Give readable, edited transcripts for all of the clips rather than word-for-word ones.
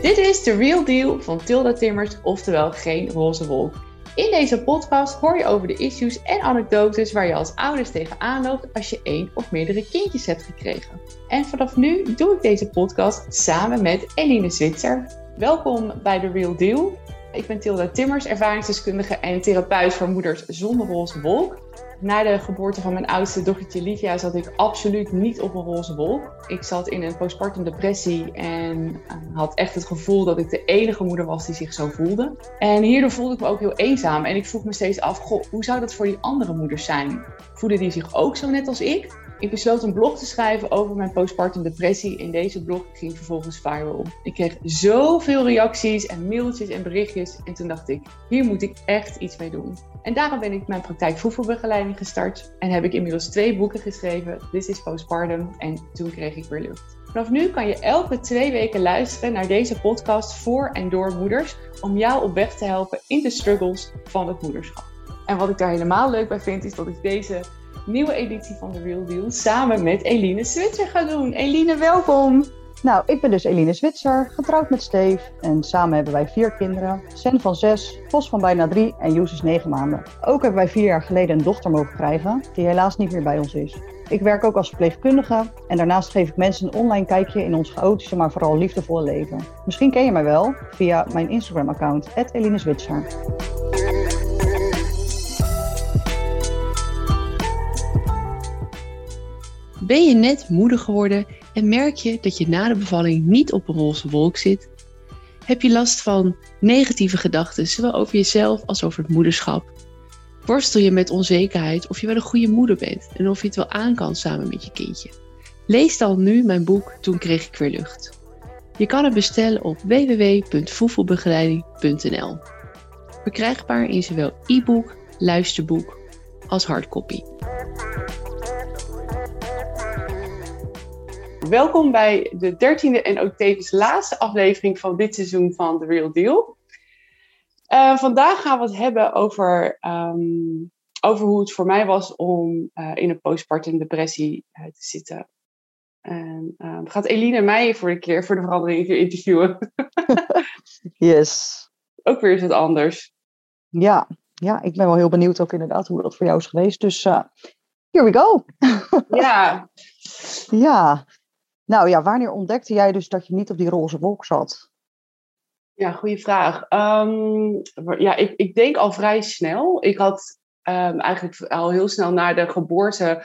Dit is The Real Deal van Tilda Timmers, oftewel Geen Roze Wolk. In deze podcast hoor je over de issues en anekdotes waar je als ouders tegenaan loopt als je 1 of meerdere kindjes hebt gekregen. En vanaf nu doe ik deze podcast samen met Eline Zwitser. Welkom bij The Real Deal. Ik ben Tilda Timmers, ervaringsdeskundige en therapeut voor moeders zonder roze wolk. Na de geboorte van mijn oudste dochtertje Livia zat ik absoluut niet op een roze wolk. Ik zat in een postpartum depressie en had echt het gevoel dat ik de enige moeder was die zich zo voelde. En hierdoor voelde ik me ook heel eenzaam en ik vroeg me steeds af, hoe zou dat voor die andere moeders zijn? Voelden die zich ook zo net als ik? Ik besloot een blog te schrijven over mijn postpartum depressie. In deze blog ging vervolgens viral. Ik kreeg zoveel reacties en mailtjes en berichtjes. En toen dacht ik, hier moet ik echt iets mee doen. En daarom ben ik mijn praktijk voedselbegeleiding gestart. En heb ik inmiddels 2 boeken geschreven. This is Postpartum en Toen kreeg ik weer lucht. Vanaf nu kan je elke 2 weken luisteren naar deze podcast voor en door moeders. Om jou op weg te helpen in de struggles van het moederschap. En wat ik daar helemaal leuk bij vind is dat ik deze nieuwe editie van The Real Deal samen met Eline Zwitser ga doen. Eline, welkom! Nou, ik ben dus Eline Zwitser, getrouwd met Steve en samen hebben wij 4 kinderen. Sen van 6, Vos van bijna 3 en Joes is 9 maanden. Ook hebben wij 4 jaar geleden een dochter mogen krijgen, die helaas niet meer bij ons is. Ik werk ook als verpleegkundige en daarnaast geef ik mensen een online kijkje in ons chaotische, maar vooral liefdevolle leven. Misschien ken je mij wel via mijn Instagram-account, @Eline Zwitser. Ben je net moeder geworden en merk je dat je na de bevalling niet op een roze wolk zit? Heb je last van negatieve gedachten, zowel over jezelf als over het moederschap? Worstel je met onzekerheid of je wel een goede moeder bent en of je het wel aan kan samen met je kindje? Lees dan nu mijn boek Toen kreeg ik weer lucht. Je kan het bestellen op www.voedselbegeleiding.nl. Verkrijgbaar in zowel e-book, luisterboek als hardcopy. Welkom bij de 13e en ook tevens laatste aflevering van dit seizoen van The Real Deal. Vandaag gaan we het hebben over hoe het voor mij was om in een postpartum depressie te zitten. En gaat Eline mij voor de verandering een keer interviewen? Yes. Ook weer is het anders. Ja, ik ben wel heel benieuwd ook inderdaad hoe dat voor jou is geweest. Dus here we go. Ja. Ja. Nou ja, wanneer ontdekte jij dus dat je niet op die roze wolk zat? Ja, goede vraag. Ik denk al vrij snel. Ik had eigenlijk al heel snel na de geboorte.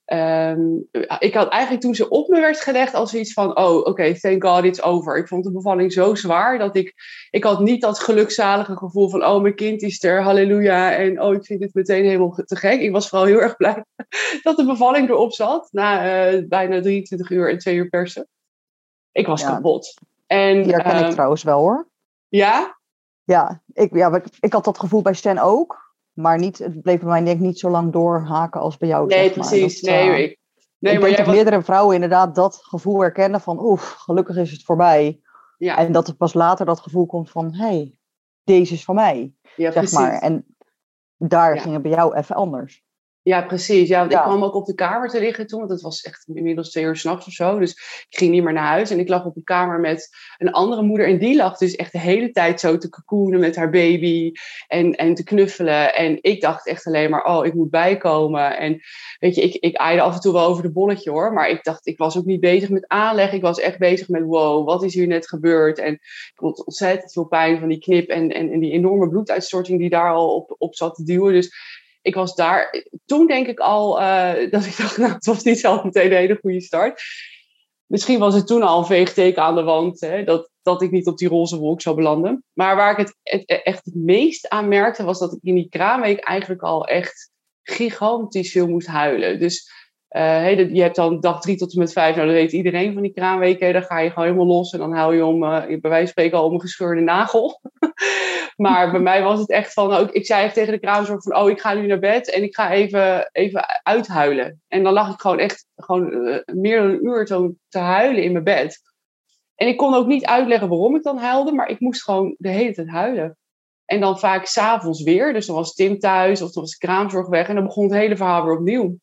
Ik had eigenlijk toen ze op me werd gelegd al zoiets van, oké, thank God, it's over. Ik vond de bevalling zo zwaar dat ik had niet dat gelukzalige gevoel van, mijn kind is er, halleluja. En ik vind het meteen helemaal te gek. Ik was vooral heel erg blij dat de bevalling erop zat. Na bijna 23 uur en 2 uur persen. Ik was kapot. En, die herken ik trouwens wel hoor. Ja? Ja, ik had dat gevoel bij Stan ook. Maar het bleef bij mij denk ik niet zo lang doorhaken als bij jou. Nee, zeg maar. precies. Ik denk dat meerdere vrouwen inderdaad dat gevoel herkennen van gelukkig is het voorbij. Ja. En dat er pas later dat gevoel komt van hey, deze is van mij. Ja, zeg maar. En daar ging het bij jou even anders. Ja, precies. Ja, want ik kwam ook op de kamer te liggen toen, want het was echt inmiddels 2 uur 's nachts of zo. Dus ik ging niet meer naar huis en ik lag op de kamer met een andere moeder. En die lag dus echt de hele tijd zo te cocoonen met haar baby en te knuffelen. En ik dacht echt alleen maar, ik moet bijkomen. En weet je, ik aaide af en toe wel over de bolletje hoor. Maar ik was ook niet bezig met aanleg. Ik was echt bezig met, wat is hier net gebeurd? En ik vond ontzettend veel pijn van die knip en die enorme bloeduitstorting die daar al op zat te duwen. Dus ik was daar, toen denk ik al, dat ik dacht, het was niet zelf meteen een hele goede start. Misschien was het toen al een veegteken aan de wand, hè, dat ik niet op die roze wolk zou belanden. Maar waar ik echt het meest aan merkte, was dat ik in die kraamweek eigenlijk al echt gigantisch veel moest huilen. Dus je hebt dan dag 3 tot en met 5, nou dat weet iedereen van die kraamweken. Dan ga je gewoon helemaal los en dan huil je bij wijze van spreken al om een gescheurde nagel. Maar bij mij was het echt van, ik zei echt tegen de kraamzorg van, ik ga nu naar bed en ik ga even uithuilen. En dan lag ik gewoon meer dan een uur te huilen in mijn bed. En ik kon ook niet uitleggen waarom ik dan huilde, maar ik moest gewoon de hele tijd huilen. En dan vaak 's avonds weer, dus dan was Tim thuis of dan was de kraamzorg weg en dan begon het hele verhaal weer opnieuw.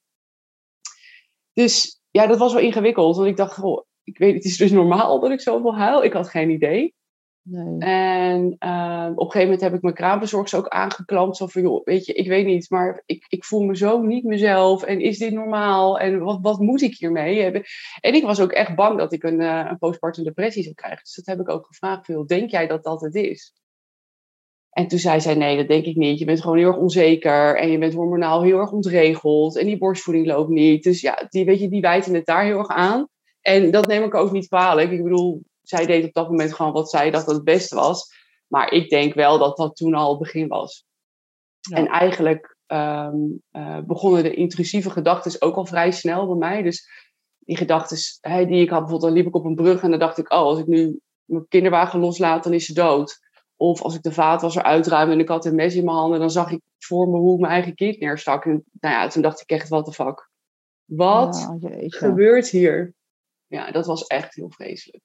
Dus ja, dat was wel ingewikkeld, want ik dacht, ik weet, het is dus normaal dat ik zoveel huil. Ik had geen idee. Nee. En op een gegeven moment heb ik mijn kraamverzorgster ook aangeklampt. Zo van, joh, weet je, ik weet niet, maar ik voel me zo niet mezelf. En is dit normaal? En wat moet ik hiermee? En ik was ook echt bang dat ik een postpartum depressie zou krijgen. Dus dat heb ik ook gevraagd. Veel, denk jij dat dat het is? En toen zei zij, nee, dat denk ik niet. Je bent gewoon heel erg onzeker. En je bent hormonaal heel erg ontregeld. En die borstvoeding loopt niet. Dus ja, die wijten het daar heel erg aan. En dat neem ik ook niet kwalijk. Ik bedoel, zij deed op dat moment gewoon wat zij dacht dat het beste was. Maar ik denk wel dat dat toen al het begin was. Ja. En eigenlijk begonnen de intrusieve gedachten ook al vrij snel bij mij. Dus die gedachten die ik had, bijvoorbeeld dan liep ik op een brug en dan dacht ik, als ik nu mijn kinderwagen loslaat, dan is ze dood. Of als ik de vaatwasser uitruimde en ik had een mes in mijn handen, dan zag ik voor me hoe ik mijn eigen kind neerstak. En toen dacht ik echt, what the fuck? Wat gebeurt hier? Ja, dat was echt heel vreselijk.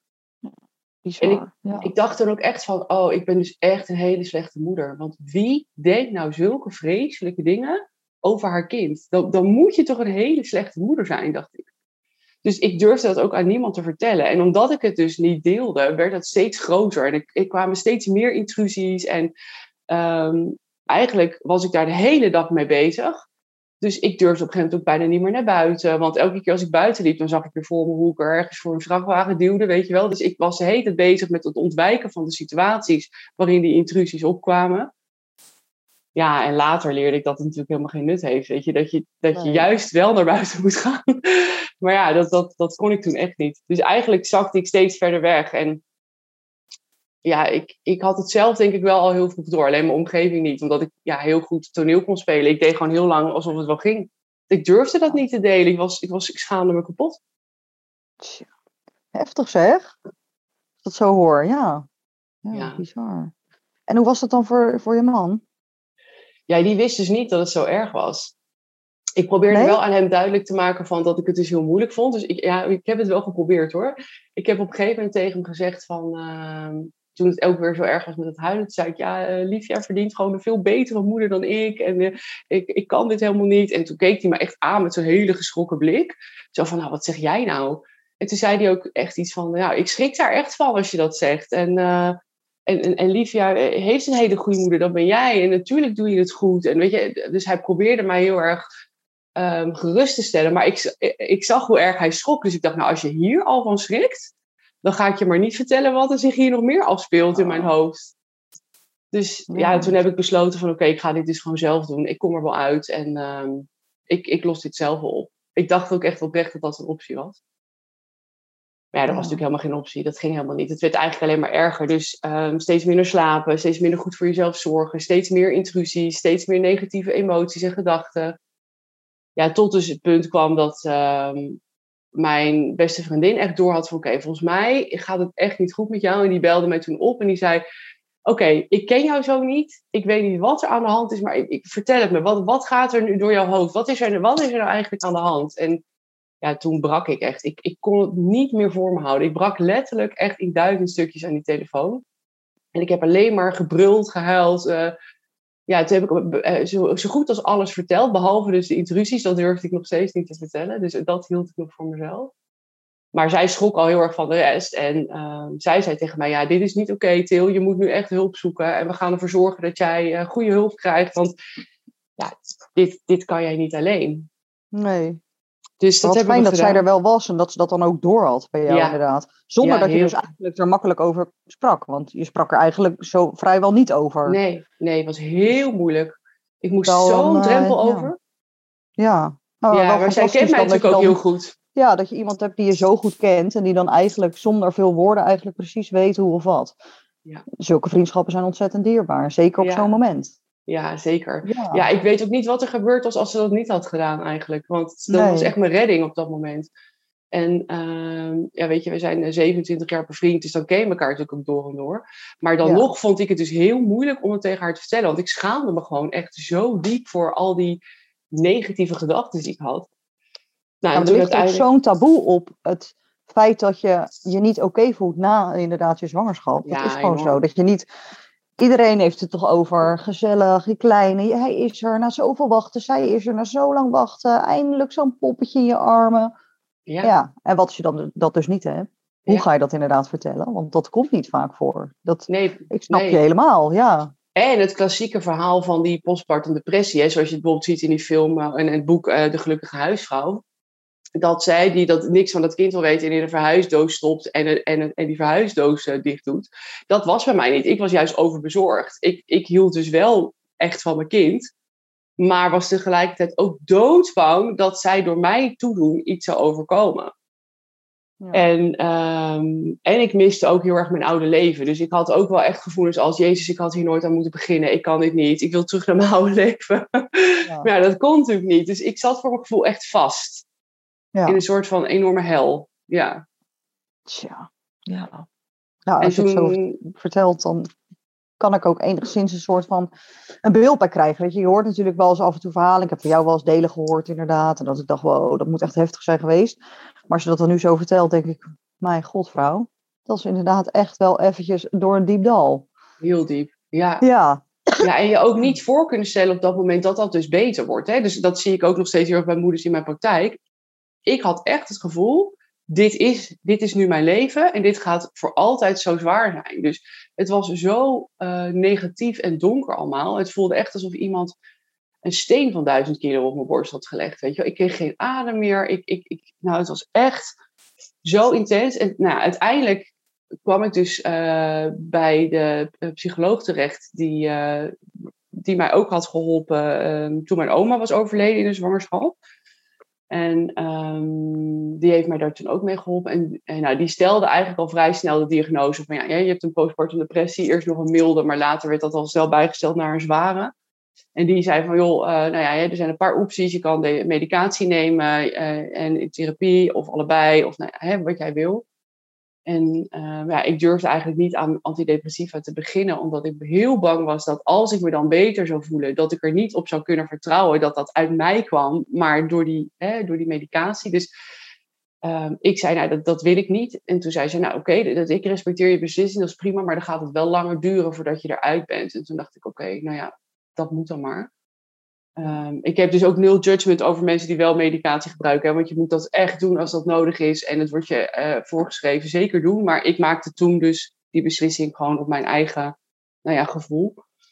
En ik dacht dan ook echt van, ik ben dus echt een hele slechte moeder. Want wie denkt nou zulke vreselijke dingen over haar kind? Dan moet je toch een hele slechte moeder zijn, dacht ik. Dus ik durfde dat ook aan niemand te vertellen. En omdat ik het dus niet deelde, werd het steeds groter. En ik kwamen steeds meer intrusies. En eigenlijk was ik daar de hele dag mee bezig. Dus ik durfde op een gegeven moment ook bijna niet meer naar buiten. Want elke keer als ik buiten liep, dan zag ik weer voor me hoe ik ergens voor een vrachtwagen duwde, weet je wel. Dus ik was de hele tijd bezig met het ontwijken van de situaties waarin die intrusies opkwamen. Ja, en later leerde ik dat het natuurlijk helemaal geen nut heeft. Weet je, dat je juist wel naar buiten moet gaan. Maar ja, dat kon ik toen echt niet. Dus eigenlijk zakte ik steeds verder weg. En ja, ik had het zelf denk ik wel al heel vroeg door. Alleen mijn omgeving niet. Omdat ik heel goed toneel kon spelen. Ik deed gewoon heel lang alsof het wel ging. Ik durfde dat niet te delen. Ik schaamde me kapot. Tja, heftig zeg. Als ik dat zo hoor, ja. Ja, bizar. En hoe was dat dan voor je man? Ja, die wist dus niet dat het zo erg was. Ik probeerde wel aan hem duidelijk te maken van dat ik het dus heel moeilijk vond. Dus ik heb het wel geprobeerd hoor. Ik heb op een gegeven moment tegen hem gezegd van... toen het ook weer zo erg was met het huilen, toen zei ik... Lief, jij verdient gewoon een veel betere moeder dan ik. En ik kan dit helemaal niet. En toen keek hij me echt aan met zo'n hele geschrokken blik. Zo van, nou, wat zeg jij nou? En toen zei hij ook echt iets van... Ja, ik schrik daar echt van als je dat zegt. En Livia heeft een hele goede moeder, dat ben jij. En natuurlijk doe je het goed. En weet je, dus hij probeerde mij heel erg gerust te stellen. Maar ik zag hoe erg hij schrok. Dus ik dacht, nou, als je hier al van schrikt, dan ga ik je maar niet vertellen wat er zich hier nog meer afspeelt in mijn hoofd. Dus toen heb ik besloten van, oké, ik ga dit dus gewoon zelf doen. Ik kom er wel uit en ik los dit zelf wel op. Ik dacht ook echt oprecht dat dat een optie was. Maar ja, dat was natuurlijk helemaal geen optie. Dat ging helemaal niet. Het werd eigenlijk alleen maar erger. Dus steeds minder slapen, steeds minder goed voor jezelf zorgen, steeds meer intrusies, steeds meer negatieve emoties en gedachten. Ja, tot dus het punt kwam dat mijn beste vriendin echt door had van, oké, volgens mij gaat het echt niet goed met jou. En die belde mij toen op en die zei, oké, ik ken jou zo niet. Ik weet niet wat er aan de hand is, maar vertel het me. Wat gaat er nu door jouw hoofd? Wat is er nou eigenlijk aan de hand? En ja, toen brak ik echt. Ik kon het niet meer voor me houden. Ik brak letterlijk echt in 1000 stukjes aan die telefoon. En ik heb alleen maar gebruld, gehuild. Toen heb ik zo goed als alles verteld. Behalve dus de intrusies. Dat durfde ik nog steeds niet te vertellen. Dus dat hield ik nog voor mezelf. Maar zij schrok al heel erg van de rest. En zij zei tegen mij, ja, dit is niet oké, Til. Je moet nu echt hulp zoeken. En we gaan ervoor zorgen dat jij goede hulp krijgt. Want ja, dit kan jij niet alleen. Nee. Dus dat wat fijn dat zij er wel was en dat ze dat dan ook door had bij jou inderdaad. Zonder dat je dus eigenlijk er makkelijk over sprak. Want je sprak er eigenlijk zo vrijwel niet over. Nee, het was heel moeilijk. Ik moest zo'n drempel over. Ja, maar zij kent mij natuurlijk ook heel goed. Ja, dat je iemand hebt die je zo goed kent en die dan eigenlijk zonder veel woorden eigenlijk precies weet hoe of wat. Ja. Zulke vriendschappen zijn ontzettend dierbaar. Zeker op zo'n moment. Ja, zeker. Ja, ik weet ook niet wat er gebeurd was als ze dat niet had gedaan eigenlijk. Want dat was echt mijn redding op dat moment. En weet je, we zijn 27 jaar bevriend, dus dan ken je elkaar natuurlijk ook door en door. Maar dan nog vond ik het dus heel moeilijk om het tegen haar te vertellen. Want ik schaamde me gewoon echt zo diep voor al die negatieve gedachten die ik had. Nou, er ligt ook zo'n taboe op het feit dat je je niet oké voelt na inderdaad je zwangerschap. Dat is gewoon zo. Dat je niet... Iedereen heeft het toch over gezellig, die kleine. Hij is er na zoveel wachten. Zij is er na zo lang wachten. Eindelijk zo'n poppetje in je armen. Ja. En wat als je dan dat dus niet hebt? Hoe ga je dat inderdaad vertellen? Want dat komt niet vaak voor. Ik snap nee. je helemaal, ja. En het klassieke verhaal van die postpartum depressie, hè, zoals je het bijvoorbeeld ziet in die film en het boek De Gelukkige Huisvrouw. Dat zij die dat niks van dat kind wil weten en in een verhuisdoos stopt en die verhuisdoos dicht doet. Dat was bij mij niet. Ik was juist overbezorgd. Ik hield dus wel echt van mijn kind. Maar was tegelijkertijd ook doodsbang dat zij door mij toedoen iets zou overkomen. Ja. En ik miste ook heel erg mijn oude leven. Dus ik had ook wel echt gevoelens als... Jezus, ik had hier nooit aan moeten beginnen. Ik kan dit niet. Ik wil terug naar mijn oude leven. Ja. Maar ja, dat kon natuurlijk niet. Dus ik zat voor mijn gevoel echt vast. Ja. In een soort van enorme hel. Ja. Tja. Ja. Nou, als je het zo vertelt, dan kan ik ook enigszins een soort van een beeld bij krijgen. Weet je hoort natuurlijk wel eens af en toe verhalen. Ik heb van jou wel eens delen gehoord inderdaad. En dat ik dacht, wow, dat moet echt heftig zijn geweest. Maar als je dat dan nu zo vertelt, denk ik, mijn god vrouw. Dat is inderdaad echt wel eventjes door een diep dal. Heel diep, ja. Ja, en je ook niet voor kunnen stellen op dat moment dat dat dus beter wordt. Hè? Dus dat zie ik ook nog steeds heel erg bij moeders in mijn praktijk. Ik had echt het gevoel, dit is nu mijn leven en dit gaat voor altijd zo zwaar zijn. Dus het was zo negatief en donker allemaal. Het voelde echt alsof iemand een steen van 1000 kilo op mijn borst had gelegd. Weet je? Ik kreeg geen adem meer. Het was echt zo intens. En uiteindelijk kwam ik dus bij de psycholoog terecht die mij ook had geholpen toen mijn oma was overleden in de zwangerschap. En die heeft mij daar toen ook mee geholpen. En die stelde eigenlijk al vrij snel de diagnose van... je hebt een postpartum depressie. Eerst nog een milde, maar later werd dat al snel bijgesteld naar een zware. En die zei van, er zijn een paar opties. Je kan de medicatie nemen en therapie of allebei. Of wat jij wil. En ik durfde eigenlijk niet aan antidepressiva te beginnen. Omdat ik heel bang was dat als ik me dan beter zou voelen... dat ik er niet op zou kunnen vertrouwen dat dat uit mij kwam. Maar door die medicatie. Dus ik zei, dat wil ik niet. En toen zei ze, oké, ik respecteer je beslissing. Dat is prima, maar dan gaat het wel langer duren voordat je eruit bent. En toen dacht ik, dat moet dan maar. Ik heb dus ook nul judgment over mensen die wel medicatie gebruiken. Hè, want je moet dat echt doen als dat nodig is. En het wordt je voorgeschreven, zeker doen. Maar ik maakte toen dus die beslissing gewoon op mijn eigen gevoel.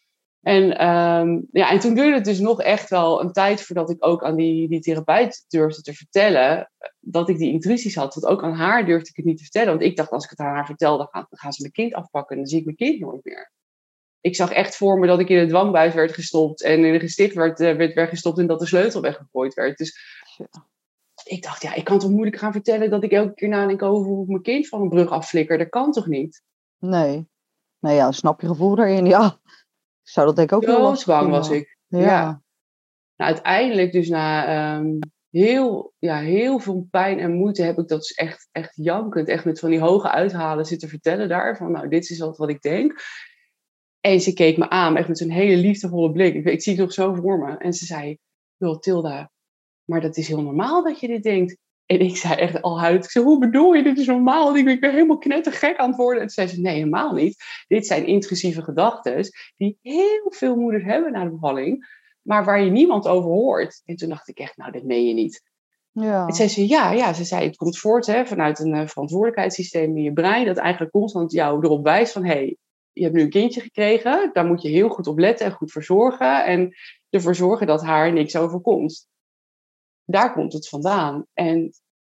En toen duurde het dus nog echt wel een tijd voordat ik ook aan die therapeut durfde te vertellen dat ik die intrusies had. Want ook aan haar durfde ik het niet te vertellen. Want ik dacht, als ik het aan haar vertel, dan gaan ze mijn kind afpakken. En dan zie ik mijn kind nooit meer. Ik zag echt voor me dat ik in een dwangbuis werd gestopt en in een gesticht werd gestopt en dat de sleutel weggegooid werd. Dus ik dacht, ik kan toch moeilijk gaan vertellen dat ik elke keer nadenk over hoe ik mijn kind van een brug afflikker. Dat kan toch niet? Nee. Nou ja, snap je gevoel erin. Ja, ik zou dat denk ik ook heel lastig vinden. Was ik. Ja. Nou, uiteindelijk dus na heel veel pijn en moeite heb ik dat dus echt jankend, echt met van die hoge uithalen zitten vertellen daar. Van dit is wat ik denk. En ze keek me aan, echt met zo'n hele liefdevolle blik. Ik zie het nog zo voor me. En ze zei, Tilda, maar dat is heel normaal dat je dit denkt. En ik zei echt al huid. Ik zei, hoe bedoel je, dit is normaal? Ik ben helemaal knettergek aan het worden. En toen zei ze, nee, helemaal niet. Dit zijn intrusieve gedachten die heel veel moeders hebben na de bevalling. Maar waar je niemand over hoort. En toen dacht ik echt, dat meen je niet. Ja. En zei ze, ze zei, het komt voort vanuit een verantwoordelijkheidssysteem in je brein. Dat eigenlijk constant jou erop wijst van, je hebt nu een kindje gekregen, daar moet je heel goed op letten en goed voor zorgen. En ervoor zorgen dat haar niks overkomt. Daar komt het vandaan. En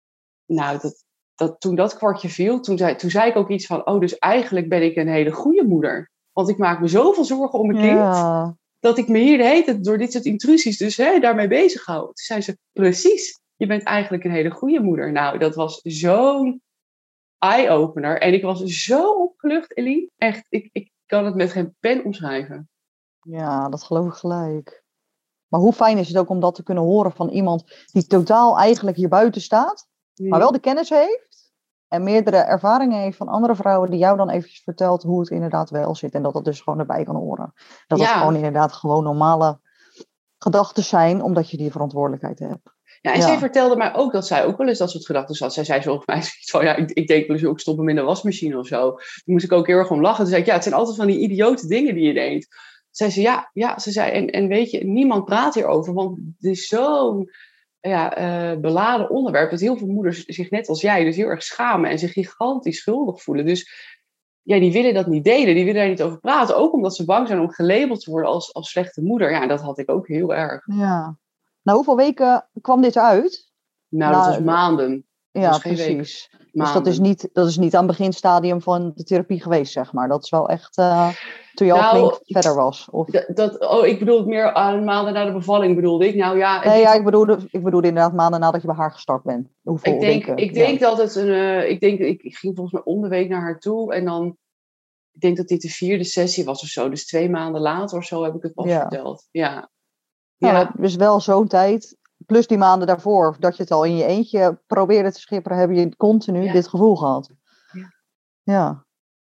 toen dat kwartje viel, toen zei ik ook iets van, dus eigenlijk ben ik een hele goede moeder. Want ik maak me zoveel zorgen om mijn kind, dat ik me hier de hele tijd door dit soort intrusies dus daarmee bezig hou. Toen zei ze, precies, je bent eigenlijk een hele goede moeder. Nou, dat was zo'n eye-opener. En ik was zo opgelucht, Eline. Echt, ik kan het met geen pen omschrijven. Ja, dat geloof ik gelijk. Maar hoe fijn is het ook om dat te kunnen horen van iemand die totaal eigenlijk hier buiten staat, maar wel de kennis heeft en meerdere ervaringen heeft van andere vrouwen die jou dan eventjes vertelt hoe het inderdaad wel zit en dat dat dus gewoon erbij kan horen. Dat het gewoon inderdaad gewoon normale gedachten zijn, omdat je die verantwoordelijkheid hebt. Ja, en zij vertelde mij ook dat zij ook wel eens dat soort gedachten had. Zij zei volgens mij zoiets van, ik denk wel eens ook stoppen in de wasmachine of zo. Toen moest ik ook heel erg om lachen. Toen zei ik, het zijn altijd van die idiote dingen die je denkt. Zei ze, ze zei, en weet je, niemand praat hierover, want het is zo'n beladen onderwerp. Dat heel veel moeders zich net als jij dus heel erg schamen en zich gigantisch schuldig voelen. Dus ja, die willen dat niet delen. Die willen daar niet over praten. Ook omdat ze bang zijn om gelabeld te worden als slechte moeder. Ja, dat had ik ook heel erg. Ja. Nou, hoeveel weken kwam dit uit? Nou, dat was maanden. Ja, was geen precies. weken. Dus dat is niet aan het beginstadium van de therapie geweest, zeg maar. Dat is wel echt toen je al flink verder was. Of... ik bedoel het meer aan maanden na de bevalling, bedoelde ik. Nou ja... ik bedoelde inderdaad maanden nadat je bij haar gestart bent. Hoeveel weken? Ik denk dat het ik ging volgens mij om de week naar haar toe. En dan... Ik denk dat dit de 4e sessie was of zo. Dus 2 maanden later of zo heb ik het pas verteld. Ja. Nou, dus wel zo'n tijd... Plus die maanden daarvoor, dat je het al in je eentje probeerde te schipperen, heb je continu dit gevoel gehad. Ja.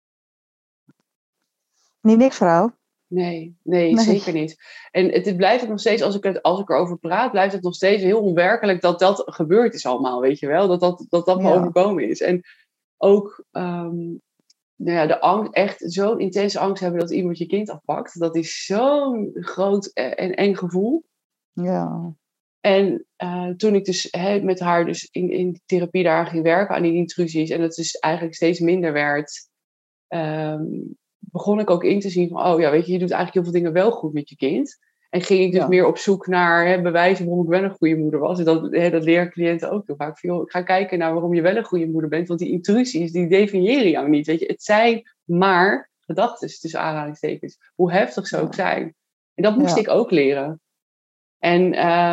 Niet niks, vrouw? Nee, zeker niet. En het blijft ook nog steeds, als ik erover praat, blijft het nog steeds heel onwerkelijk dat gebeurd is allemaal, weet je wel? Dat me overkomen is. En ook de angst, echt zo'n intense angst hebben dat iemand je kind afpakt. Dat is zo'n groot en eng gevoel. Ja. En toen ik dus met haar dus in therapie daar ging werken aan die intrusies en het dus eigenlijk steeds minder werd, begon ik ook in te zien van, oh ja, weet je doet eigenlijk heel veel dingen wel goed met je kind. En ging ik dus meer op zoek naar bewijzen waarom ik wel een goede moeder was. En dat leren cliënten ook heel vaak. Ik ga kijken naar waarom je wel een goede moeder bent, want die intrusies, die definiëren jou niet. Weet je, het zijn maar gedachten, tussen aanhalingstekens. Hoe heftig ze ook zijn. En dat moest ik ook leren. En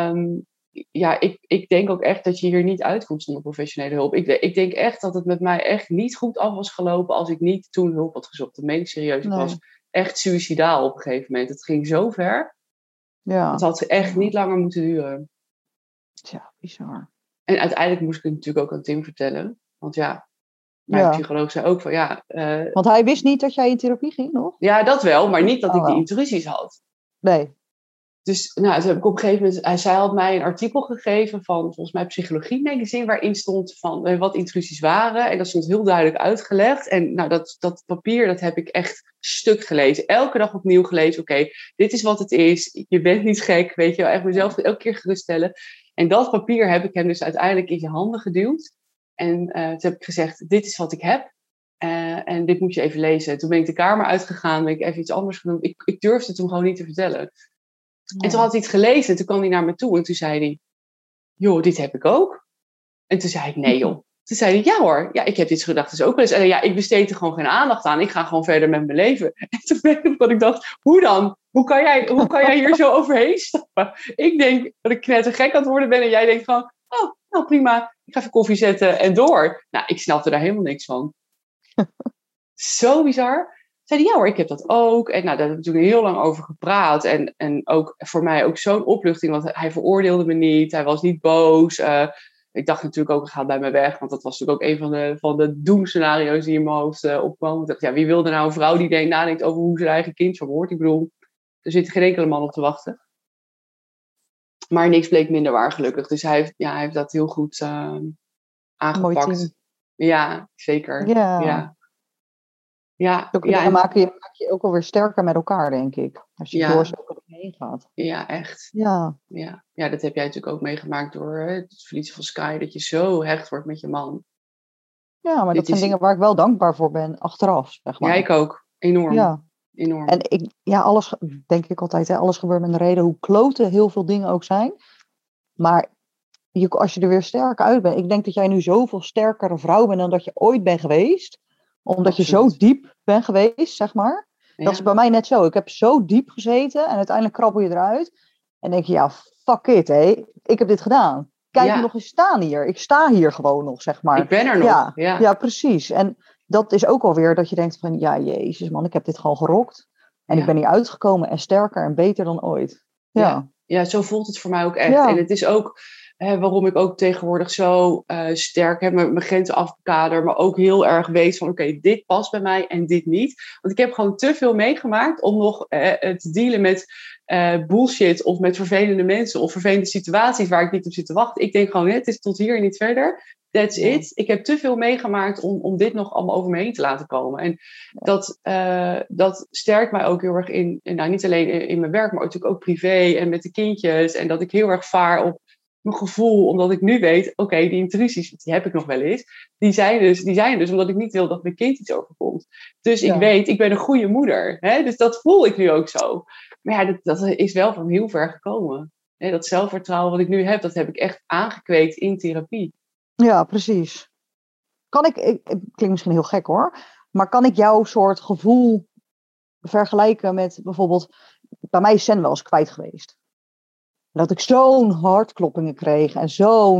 ik denk ook echt dat je hier niet uitkomt zonder professionele hulp. Ik denk echt dat het met mij echt niet goed af was gelopen als ik niet toen hulp had gezocht. Dat meen ik serieus. Ik was echt suïcidaal op een gegeven moment. Het ging zo ver. Ja. Het had echt niet langer moeten duren. Ja, bizar. En uiteindelijk moest ik het natuurlijk ook aan Tim vertellen. Want mijn psycholoog zei ook van want hij wist niet dat jij in therapie ging, nog? Ja, dat wel. Maar niet dat ik die intrusies had. Nee. Dus toen heb ik op een gegeven moment... Zij had mij een artikel gegeven van, volgens mij, Psychologie Magazine, waarin stond van wat intrusies waren. En dat stond heel duidelijk uitgelegd. En dat papier, dat heb ik echt stuk gelezen. Elke dag opnieuw gelezen. Oké, dit is wat het is. Je bent niet gek, weet je wel. Echt mezelf elke keer geruststellen. En dat papier heb ik hem dus uiteindelijk in je handen geduwd. En toen heb ik gezegd, dit is wat ik heb. En dit moet je even lezen. Toen ben ik de kamer uitgegaan. Ben ik even iets anders gedaan. Ik durfde het hem gewoon niet te vertellen. Ja. En toen had hij het gelezen. Toen kwam hij naar me toe. En toen zei hij... Joh, dit heb ik ook. En toen zei ik... Nee joh. Toen zei hij... Ja hoor. Ja, ik heb dit gedachten ook wel eens. En ik besteed er gewoon geen aandacht aan. Ik ga gewoon verder met mijn leven. En toen weet ik dat ik dacht... Hoe dan? Hoe kan jij hier zo overheen stappen? Ik denk dat ik knettergek aan het worden ben. En jij denkt van... Oh, nou prima. Ik ga even koffie zetten en door. Nou, ik snapte daar helemaal niks van. Zo bizar. Zei hij, ja hoor, ik heb dat ook. En daar hebben we toen heel lang over gepraat. En ook voor mij ook zo'n opluchting. Want hij veroordeelde me niet. Hij was niet boos. Ik dacht natuurlijk ook, hij gaat bij me weg. Want dat was natuurlijk ook een van de doemscenario's die in mijn hoofd opkwam. Ik dacht, wie wilde nou een vrouw die nadenkt over hoe zijn eigen kind vermoordt? Ik bedoel, er zit geen enkele man op te wachten. Maar niks bleek minder waar, gelukkig. Dus hij heeft dat heel goed aangepakt. Ja, zeker. Ja. Dan maak je ook alweer sterker met elkaar, denk ik. Als je door zo'n heen gaat. Ja, echt. Ja, dat heb jij natuurlijk ook meegemaakt door het verliezen van Sky. Dat je zo hecht wordt met je man. Ja, maar dat zijn dingen waar ik wel dankbaar voor ben, achteraf. Zeg maar. Ja, ik ook. Enorm. Ja. Enorm. En alles, denk ik altijd, alles gebeurt met een reden. Hoe kloten heel veel dingen ook zijn. Maar als je er weer sterker uit bent. Ik denk dat jij nu zoveel sterkere vrouw bent dan dat je ooit bent geweest. Omdat Absoluut. Je zo diep bent geweest, zeg maar. Ja. Dat is bij mij net zo. Ik heb zo diep gezeten en uiteindelijk krabbel je eruit. En denk je, fuck it, ik heb dit gedaan. Kijk me nog eens staan hier. Ik sta hier gewoon nog, zeg maar. Ik ben er nog. Ja, precies. En dat is ook alweer dat je denkt van, ja, jezus man, ik heb dit gewoon gerokt. En ik ben hier uitgekomen en sterker en beter dan ooit. Ja, zo voelt het voor mij ook echt. Ja. En het is ook waarom ik ook tegenwoordig zo sterk mijn grenzen afkader. Maar ook heel erg weet van, oké, dit past bij mij en dit niet. Want ik heb gewoon te veel meegemaakt om nog te dealen met bullshit. Of met vervelende mensen of vervelende situaties waar ik niet op zit te wachten. Ik denk gewoon, het is tot hier en niet verder. That's it. Ik heb te veel meegemaakt om dit nog allemaal over me heen te laten komen. En dat sterkt mij ook heel erg in, niet alleen in mijn werk, maar natuurlijk ook privé en met de kindjes. En dat ik heel erg vaar op mijn gevoel, omdat ik nu weet, oké, die intrusies, die heb ik nog wel eens, die zijn dus omdat ik niet wil dat mijn kind iets overkomt. Dus ik weet, ik ben een goede moeder. Hè? Dus dat voel ik nu ook zo. Maar ja, dat is wel van heel ver gekomen. Hè? Dat zelfvertrouwen wat ik nu heb, dat heb ik echt aangekweekt in therapie. Ja, precies. Het klinkt misschien heel gek hoor, maar kan ik jouw soort gevoel vergelijken met bijvoorbeeld, bij mij is Sen wel eens kwijt geweest. Dat ik zo'n hartkloppingen kreeg en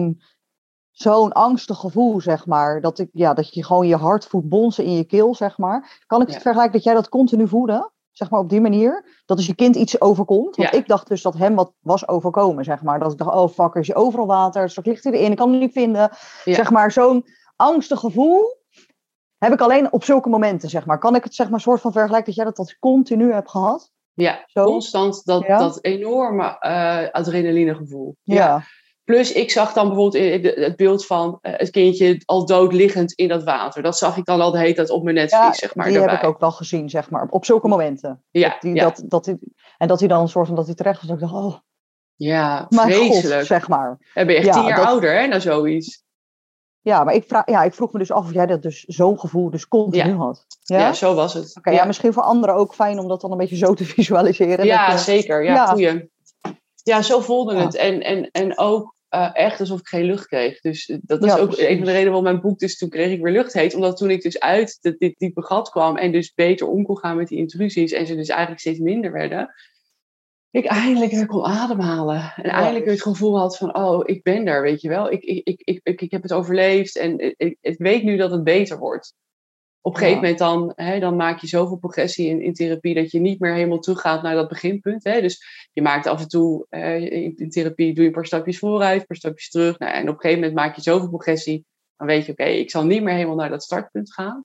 zo'n angstig gevoel, zeg maar. Dat je gewoon je hart voelt bonzen in je keel, zeg maar. Kan ik het vergelijken dat jij dat continu voelde? Zeg maar op die manier. Dat als je kind iets overkomt. Want ik dacht dus dat hem wat was overkomen, zeg maar. Dat ik dacht, oh fuck, er is overal water. Straks ligt hij erin, ik kan hem niet vinden. Ja. Zeg maar, zo'n angstig gevoel heb ik alleen op zulke momenten, zeg maar. Kan ik het zeg maar soort van vergelijken dat jij dat continu hebt gehad? Ja, constant dat enorme adrenalinegevoel. Ja. Plus, ik zag dan bijvoorbeeld het beeld van het kindje al doodliggend in dat water. Dat zag ik dan al de hele tijd op mijn netvlies, zeg maar. Die heb ik ook wel gezien, zeg maar. Op zulke momenten. Ja. En dat hij dan een soort van, dat hij terecht was. Dat ik dacht, oh. Ja, vreselijk. God, zeg maar. Dan ben je echt 10 jaar ouder, hè, na zoiets. Ja, maar ik vroeg me dus af of jij dat dus zo'n gevoel dus continu had. Ja, zo was het. Oké, ja, misschien voor anderen ook fijn om dat dan een beetje zo te visualiseren. Ja, zeker. Ja, goeie. Ja, zo voelde het. En ook echt alsof ik geen lucht kreeg. Dus dat is ook een van de redenen waarom mijn boek dus toen kreeg ik weer lucht heet. Omdat toen ik dus uit dit diepe gat kwam en dus beter om kon gaan met die intrusies en ze dus eigenlijk steeds minder werden, ik eindelijk weer kon ademhalen. En eindelijk weer het gevoel had van, oh, ik ben er, weet je wel. Ik heb het overleefd en ik weet nu dat het beter wordt. Op een gegeven moment dan maak je zoveel progressie in therapie dat je niet meer helemaal teruggaat naar dat beginpunt. Hè? Dus je maakt af en toe, in therapie doe je een paar stapjes vooruit, een paar stapjes terug. Nou, en op een gegeven moment maak je zoveel progressie. Dan weet je, oké, ik zal niet meer helemaal naar dat startpunt gaan.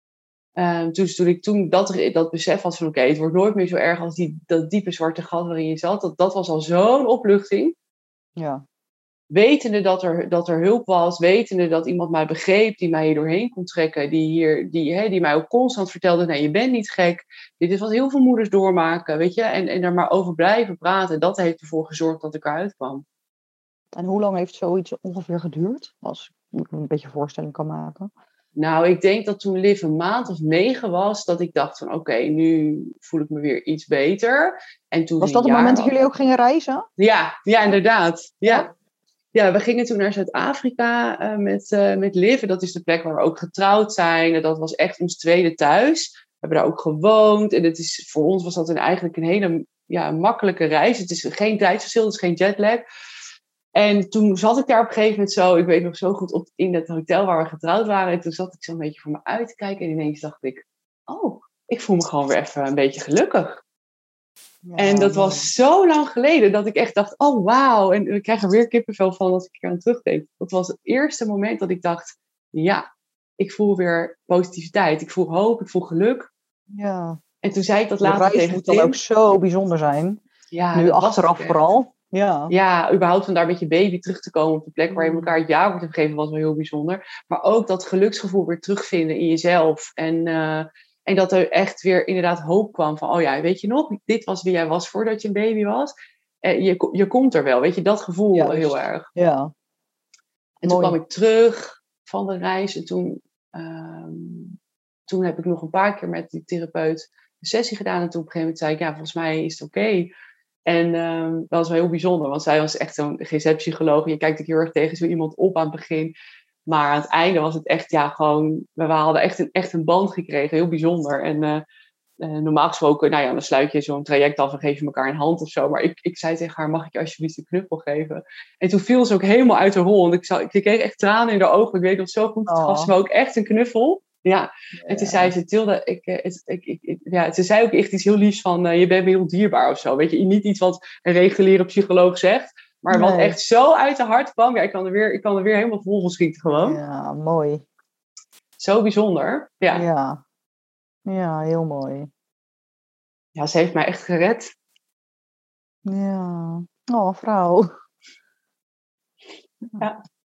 Dus toen ik dat besef had van, oké, het wordt nooit meer zo erg als dat diepe zwarte gat waarin je zat. Dat was al zo'n opluchting. Ja. Wetende dat er hulp was, wetende dat iemand mij begreep, die mij hier doorheen kon trekken, die mij ook constant vertelde, nee, je bent niet gek. Dit is wat heel veel moeders doormaken, weet je, en er maar over blijven praten. Dat heeft ervoor gezorgd dat ik eruit kwam. En hoe lang heeft zoiets ongeveer geduurd? Als ik me een beetje een voorstelling kan maken. Nou, ik denk dat toen Liv een maand of 9 was, dat ik dacht van oké, nu voel ik me weer iets beter. En toen was dat het moment dat jullie ook gingen reizen? Ja, inderdaad. Ja. Ja, we gingen toen naar Zuid-Afrika met Liv. En dat is de plek waar we ook getrouwd zijn. En dat was echt ons tweede thuis. We hebben daar ook gewoond. En voor ons was dat eigenlijk een hele makkelijke reis. Het is geen tijdsverschil, het is geen jetlag. En toen zat ik daar op een gegeven moment zo, ik weet nog zo goed, in het hotel waar we getrouwd waren. En toen zat ik zo een beetje voor me uit te kijken. En ineens dacht ik, oh, ik voel me gewoon weer even een beetje gelukkig. Ja, en dat was zo lang geleden dat ik echt dacht, oh wauw. En ik krijg er weer kippenvel van als ik er aan terugdenk. Dat was het eerste moment dat ik dacht, ja, ik voel weer positiviteit. Ik voel hoop, ik voel geluk. Ja. En toen zei ik dat later tegen Tim. Het moet dan ook zo bijzonder zijn. Ja, nu achteraf vooral. Ja, überhaupt van daar met je baby terug te komen op de plek waar je elkaar het ja-woord hebt gegeven was wel heel bijzonder. Maar ook dat geluksgevoel weer terugvinden in jezelf. En dat er echt weer inderdaad hoop kwam van, oh ja, weet je nog, dit was wie jij was voordat je een baby was. Je komt er wel, weet je, dat gevoel heel erg. Ja. En toen kwam ik terug van de reis en toen heb ik nog een paar keer met die therapeut een sessie gedaan. En toen op een gegeven moment zei ik, ja, volgens mij is het oké. En dat was wel heel bijzonder, want zij was echt zo'n GZ-psycholoog. Je kijkt ook heel erg tegen zo iemand op aan het begin. Maar aan het einde was het echt, we hadden echt een band gekregen. Heel bijzonder. En normaal gesproken, dan sluit je zo'n traject af en geef je elkaar een hand of zo. Maar ik zei tegen haar, mag ik je alsjeblieft een knuffel geven? En toen viel ze ook helemaal uit de rol. Want ik kreeg echt tranen in de ogen. Ik weet nog zo goed, gaf ze me ook echt een knuffel. Ja, en toen zei ze, Tilde, ze zei ook echt iets heel liefs van, je bent me heel dierbaar of zo. Weet je, niet iets wat een reguliere psycholoog zegt. Maar wat echt zo uit de hart kwam. Ja, ik kan er weer helemaal vol van schieten gewoon. Ja, mooi. Zo bijzonder. Ja, heel mooi. Ja, ze heeft mij echt gered. Ja. Oh, vrouw. Ja.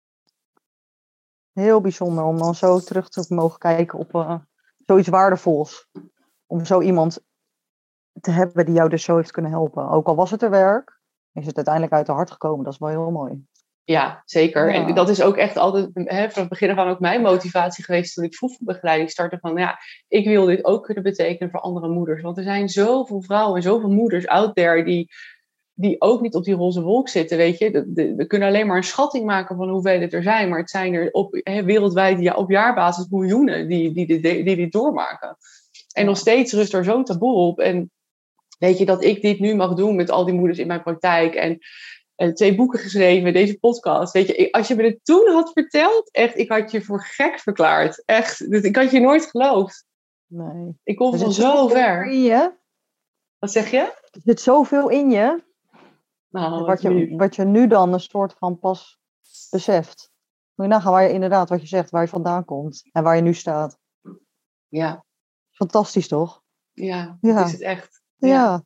Heel bijzonder om dan zo terug te mogen kijken op zoiets waardevols. Om zo iemand te hebben die jou dus zo heeft kunnen helpen. Ook al was het er werk. Is het uiteindelijk uit de hart gekomen. Dat is wel heel mooi. Ja, zeker. Ja. En dat is ook echt altijd van het begin af aan ook mijn motivatie geweest toen ik voedselbegeleiding startte. Van ja, ik wil dit ook kunnen betekenen voor andere moeders. Want er zijn zoveel vrouwen en zoveel moeders out there die ook niet op die roze wolk zitten, weet je. We kunnen alleen maar een schatting maken van hoeveel het er zijn. Maar het zijn er wereldwijd op jaarbasis miljoenen die dit doormaken. En nog steeds rust er zo'n taboe op. En weet je, dat ik dit nu mag doen met al die moeders in mijn praktijk. En 2 boeken geschreven, deze podcast. Weet je, als je me het toen had verteld, echt, ik had je voor gek verklaard. Echt, dus ik had je nooit geloofd. Nee. Ik kom van zo ver. In je? Wat zeg je? Er zit zoveel in je. Nou, Wat je nu dan een soort van pas beseft. Moet je nagaan waar je inderdaad, wat je zegt, waar je vandaan komt. En waar je nu staat. Ja. Fantastisch, toch? Ja, Ja. dat is het echt. Ja.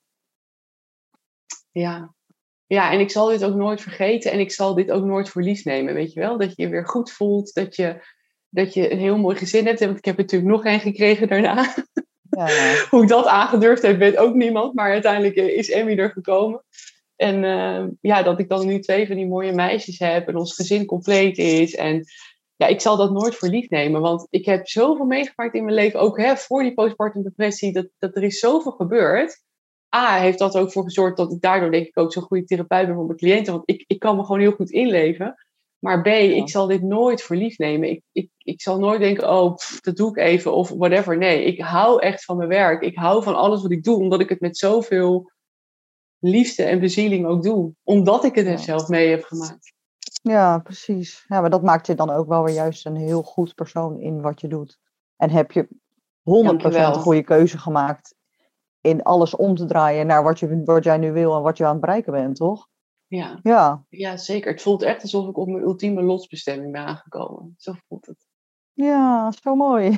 Ja. Ja, en ik zal dit ook nooit vergeten en ik zal dit ook nooit voor lief nemen, weet je wel? Dat je je weer goed voelt, dat je een heel mooi gezin hebt. Want ik heb er natuurlijk nog 1 gekregen daarna. Ja. Hoe ik dat aangedurfd heb, weet ook niemand. Maar uiteindelijk is Emmy er gekomen. En dat ik dan nu 2 van die mooie meisjes heb en ons gezin compleet is. En ja, ik zal dat nooit voor lief nemen. Want ik heb zoveel meegemaakt in mijn leven, ook voor die postpartum depressie, dat er is zoveel gebeurd. Heeft dat ook voor gezorgd dat ik daardoor denk ik ook zo'n goede therapeut ben voor mijn cliënten. Want ik kan me gewoon heel goed inleven. Maar ik zal dit nooit voor lief nemen. Ik zal nooit denken, dat doe ik even of whatever. Nee, ik hou echt van mijn werk. Ik hou van alles wat ik doe, omdat ik het met zoveel liefde en bezieling ook doe. Omdat ik het er zelf mee heb gemaakt. Ja, precies. Ja, maar dat maakt je dan ook wel weer juist een heel goed persoon in wat je doet. En heb je 100% een goede keuze gemaakt in alles om te draaien naar wat jij nu wil en wat je aan het bereiken bent, toch? Ja, zeker. Het voelt echt alsof ik op mijn ultieme lotsbestemming ben aangekomen. Zo voelt het. Ja, zo mooi.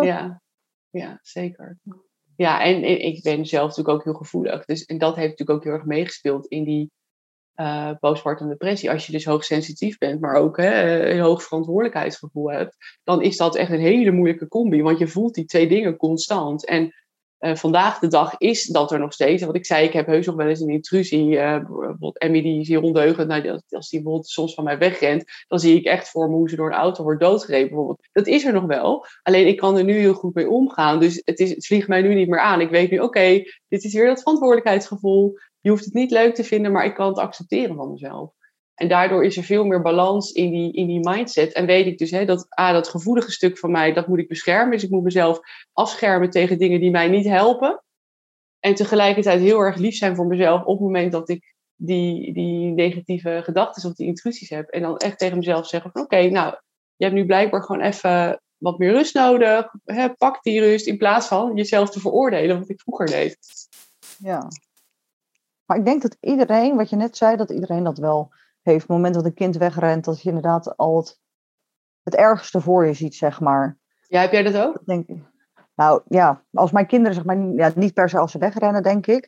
Ja, zeker. Ja, en ik ben zelf natuurlijk ook heel gevoelig. Dus, en dat heeft natuurlijk ook heel erg meegespeeld in die postpartum depressie. Als je dus hoogsensitief bent, maar ook een hoog verantwoordelijkheidsgevoel hebt, dan is dat echt een hele moeilijke combi. Want je voelt die 2 dingen constant. En vandaag de dag is dat er nog steeds. En wat ik zei, ik heb heus nog wel eens een intrusie. Bijvoorbeeld Emmy, die is hier ondeugend. Nou, als die bijvoorbeeld soms van mij wegrent, dan zie ik echt voor me hoe ze door een auto wordt doodgereden. Bijvoorbeeld. Dat is er nog wel. Alleen ik kan er nu heel goed mee omgaan. Dus het vliegt mij nu niet meer aan. Ik weet nu, oké, dit is weer dat verantwoordelijkheidsgevoel. Je hoeft het niet leuk te vinden, maar ik kan het accepteren van mezelf. En daardoor is er veel meer balans in die mindset. En weet ik dus dat gevoelige stuk van mij, dat moet ik beschermen. Dus ik moet mezelf afschermen tegen dingen die mij niet helpen. En tegelijkertijd heel erg lief zijn voor mezelf op het moment dat ik die negatieve gedachten of die intrusies heb. En dan echt tegen mezelf zeggen van oké, nou, je hebt nu blijkbaar gewoon even wat meer rust nodig. Pak die rust in plaats van jezelf te veroordelen, wat ik vroeger deed. Ja. Maar ik denk dat iedereen, wat je net zei, dat iedereen dat wel heeft. Op het moment dat een kind wegrent, dat je inderdaad al het ergste voor je ziet, zeg maar. Ja, heb jij dat ook? Dat denk ik. Nou ja, als mijn kinderen, zeg maar, niet per se als ze wegrennen, denk ik.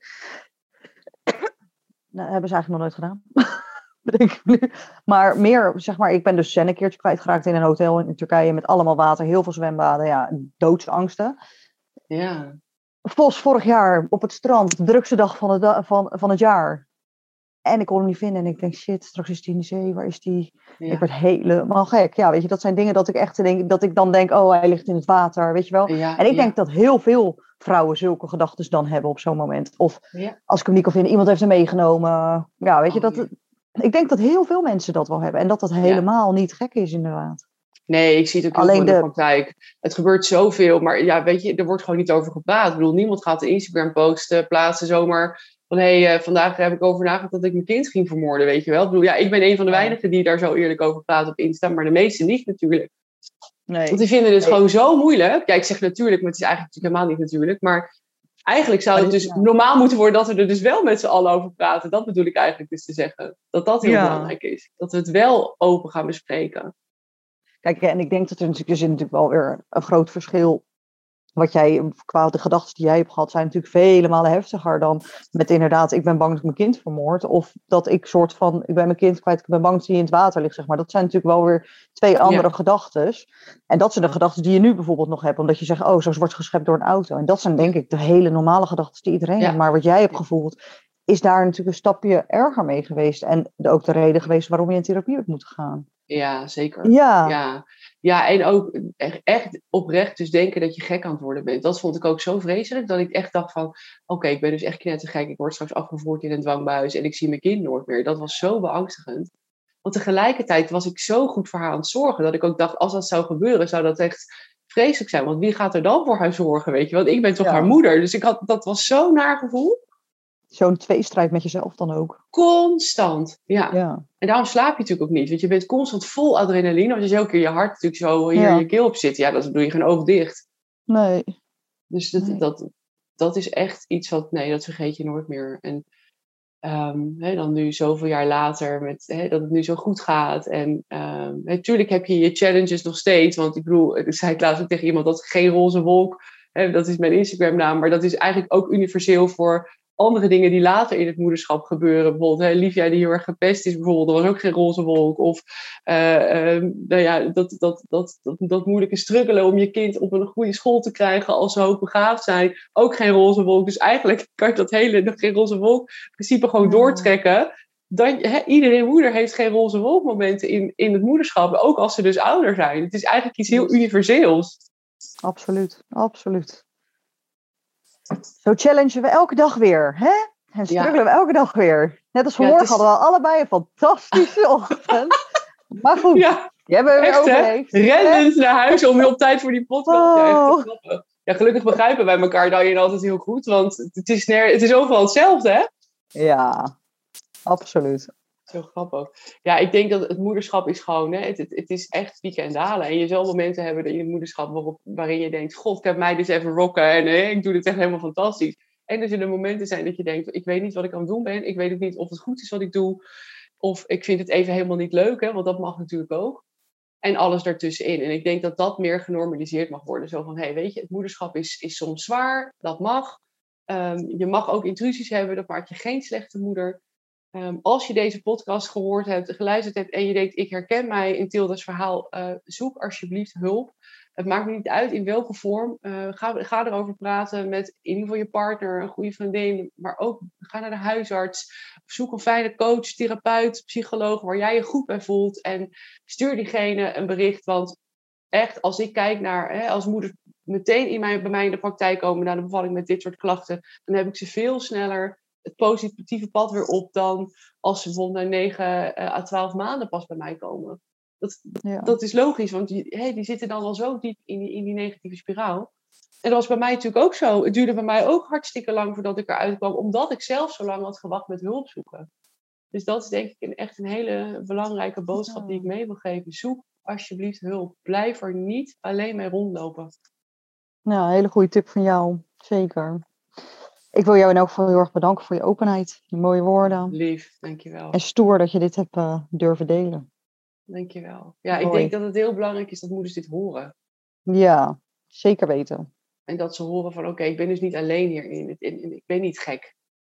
Dat hebben ze eigenlijk nog nooit gedaan. Denk ik nu. Maar meer, zeg maar, ik ben dus Zen een keertje kwijtgeraakt in een hotel in Turkije met allemaal water, heel veel zwembaden, ja, doodsangsten. Ja. Vorig jaar op het strand, de drukste dag van het jaar. En ik kon hem niet vinden en ik denk, shit, straks is die in de zee, waar is die? Ja. Ik werd helemaal gek. Ja, weet je, dat zijn dingen dat ik echt denk, dat ik dan denk, hij ligt in het water, weet je wel. Ja, en ik denk dat heel veel vrouwen zulke gedachten dan hebben op zo'n moment. Of als ik hem niet kan vinden, iemand heeft hem meegenomen. Ja, weet je, ik denk dat heel veel mensen dat wel hebben. En dat helemaal niet gek is, inderdaad. Nee, ik zie het ook heel veel in de praktijk. Het gebeurt zoveel, maar ja, weet je, er wordt gewoon niet over gepraat. Ik bedoel, niemand gaat een Instagram posten, plaatsen zomaar van vandaag heb ik over nagedacht dat ik mijn kind ging vermoorden, weet je wel. Ik bedoel, ik ben een van de weinigen die daar zo eerlijk over praat op Insta, maar de meesten niet natuurlijk. Nee. Want die vinden het gewoon zo moeilijk. Ja, ik zeg natuurlijk, maar het is eigenlijk helemaal niet natuurlijk. Maar eigenlijk zou het dus normaal moeten worden dat we er dus wel met z'n allen over praten. Dat bedoel ik eigenlijk dus te zeggen. Dat heel belangrijk is. Dat we het wel open gaan bespreken. Kijk, en ik denk dat er zit natuurlijk wel weer een groot verschil. Wat jij, qua de gedachten die jij hebt gehad, zijn natuurlijk vele malen heftiger dan met inderdaad, ik ben bang dat ik mijn kind vermoord. Of dat ik soort van, ik ben mijn kind kwijt, ik ben bang dat hij in het water ligt, zeg maar. Dat zijn natuurlijk wel weer 2 andere gedachten. En dat zijn de gedachten die je nu bijvoorbeeld nog hebt, omdat je zegt, zo wordt geschept door een auto. En dat zijn denk ik de hele normale gedachten die iedereen heeft. Maar wat jij hebt gevoeld, is daar natuurlijk een stapje erger mee geweest. En ook de reden geweest waarom je in therapie hebt moeten gaan. Ja, zeker. Ja. Ja, en ook echt oprecht dus denken dat je gek aan het worden bent. Dat vond ik ook zo vreselijk, dat ik echt dacht van... Oké, ik ben dus echt knettergek. Ik word straks afgevoerd in een dwangbuis en ik zie mijn kind nooit meer. Dat was zo beangstigend. Want tegelijkertijd was ik zo goed voor haar aan het zorgen, dat ik ook dacht, als dat zou gebeuren, zou dat echt vreselijk zijn. Want wie gaat er dan voor haar zorgen, weet je? Want ik ben toch haar moeder. Dus dat was zo'n naar gevoel. Zo'n tweestrijd met jezelf dan ook. Constant, ja. En daarom slaap je natuurlijk ook niet. Want je bent constant vol adrenaline. Want als je elke keer je hart natuurlijk zo hier in je keel op zit, dan doe je geen oog dicht. Nee. Dus dat is echt iets wat, dat vergeet je nooit meer. En dan nu zoveel jaar later, dat het nu zo goed gaat. En natuurlijk heb je je challenges nog steeds. Want ik bedoel, ik zei het laatst ook tegen iemand, dat geen roze wolk, dat is mijn Instagram naam. Maar dat is eigenlijk ook universeel voor andere dingen die later in het moederschap gebeuren. Bijvoorbeeld Livia die heel erg gepest is bijvoorbeeld. Dat was ook geen roze wolk. Of dat moeilijke struggelen om je kind op een goede school te krijgen als ze hoogbegaafd zijn. Ook geen roze wolk. Dus eigenlijk kan je dat hele geen roze wolk principe gewoon doortrekken. Iedere moeder heeft geen roze wolk momenten in het moederschap. Ook als ze dus ouder zijn. Het is eigenlijk iets heel universeels. Absoluut, absoluut. Zo challengen we elke dag weer, hè? En struggelen we elke dag weer. Net als vanmorgen hadden we allebei een fantastische ochtend. Maar goed, je hebt er weer overleefd. Rennend naar huis om heel tijd voor die podcast. Ja, gelukkig begrijpen wij elkaar daarin altijd heel goed. Want het is overal hetzelfde, hè? Ja, absoluut. Zo grappig. Ja, ik denk dat het moederschap is gewoon, het is echt pieken en dalen. En je zal momenten hebben in het moederschap waarin je denkt, god, ik heb mij dus even rocken en ik doe dit echt helemaal fantastisch. En er zullen momenten zijn dat je denkt, ik weet niet wat ik aan het doen ben. Ik weet ook niet of het goed is wat ik doe. Of ik vind het even helemaal niet leuk, want dat mag natuurlijk ook. En alles daartussenin. En ik denk dat dat meer genormaliseerd mag worden. Zo van, weet je, het moederschap is soms zwaar, dat mag. Je mag ook intrusies hebben, dat maakt je geen slechte moeder. Als je deze podcast gehoord hebt, geluisterd hebt en je denkt, ik herken mij in Tilda's verhaal, zoek alsjeblieft hulp. Het maakt me niet uit in welke vorm. Ga erover praten met in ieder geval je partner, een goede vriendin, maar ook ga naar de huisarts. Zoek een fijne coach, therapeut, psycholoog waar jij je goed bij voelt en stuur diegene een bericht. Want echt, als ik kijk naar, als moeders meteen bij mij in de praktijk komen na de bevalling met dit soort klachten, dan heb ik ze veel sneller het positieve pad weer op dan als ze bijvoorbeeld na 9 à 12 maanden pas bij mij komen. Dat is logisch, want die zitten dan al zo diep in die negatieve spiraal. En dat was bij mij natuurlijk ook zo. Het duurde bij mij ook hartstikke lang voordat ik eruit kwam, omdat ik zelf zo lang had gewacht met hulp zoeken. Dus dat is denk ik echt een hele belangrijke boodschap die ik mee wil geven. Zoek alsjeblieft hulp. Blijf er niet alleen mee rondlopen. Nou, een hele goede tip van jou. Zeker. Ik wil jou in elk geval heel erg bedanken voor je openheid. Je mooie woorden. Lief, dankjewel. En stoer dat je dit hebt durven delen. Dankjewel. Ja, ik denk dat het heel belangrijk is dat moeders dit horen. Ja, zeker weten. En dat ze horen van oké, ik ben dus niet alleen hierin. Ik ben niet gek.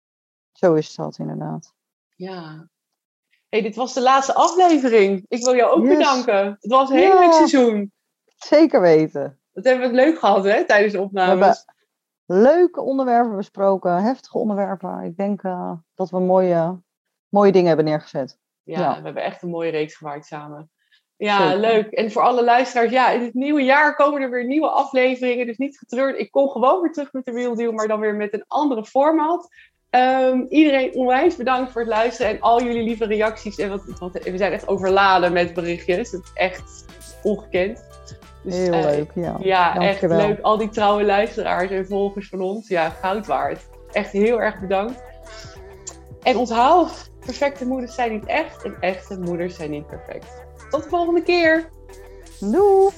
Zo is dat inderdaad. Ja. Dit was de laatste aflevering. Ik wil jou ook bedanken. Het was een heel leuk seizoen. Zeker weten. Dat hebben we het leuk gehad tijdens de opnames. Leuke onderwerpen besproken, heftige onderwerpen. Ik denk dat we mooie dingen hebben neergezet. Ja, we hebben echt een mooie reeks gemaakt samen. Ja, zeker. Leuk. En voor alle luisteraars, in het nieuwe jaar komen er weer nieuwe afleveringen. Dus niet getreurd. Ik kom gewoon weer terug met de Real Deal, maar dan weer met een andere format. Iedereen onwijs bedankt voor het luisteren en al jullie lieve reacties. En want we zijn echt overladen met berichtjes. Het is echt ongekend. Dus, heel leuk, ja. Ja, echt leuk. Al die trouwe luisteraars en volgers van ons. Ja, goud waard. Echt heel erg bedankt. En onthoud, perfecte moeders zijn niet echt en echte moeders zijn niet perfect. Tot de volgende keer. Doei.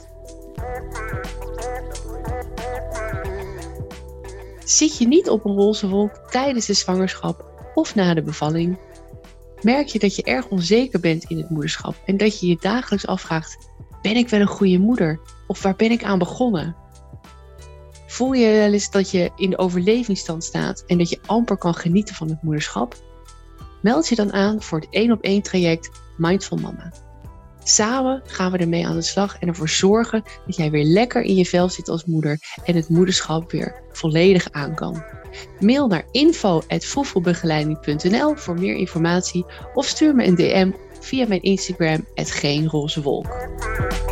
Zit je niet op een roze wolk tijdens de zwangerschap of na de bevalling? Merk je dat je erg onzeker bent in het moederschap en dat je je dagelijks afvraagt: ben ik wel een goede moeder? Of waar ben ik aan begonnen? Voel je wel eens dat je in de overlevingsstand staat en dat je amper kan genieten van het moederschap? Meld je dan aan voor het 1-op-1 traject Mindful Mama. Samen gaan we ermee aan de slag en ervoor zorgen dat jij weer lekker in je vel zit als moeder en het moederschap weer volledig aan kan. Mail naar info@voelvoelbegeleiding.nl voor meer informatie of stuur me een DM via mijn Instagram @geenrozewolk.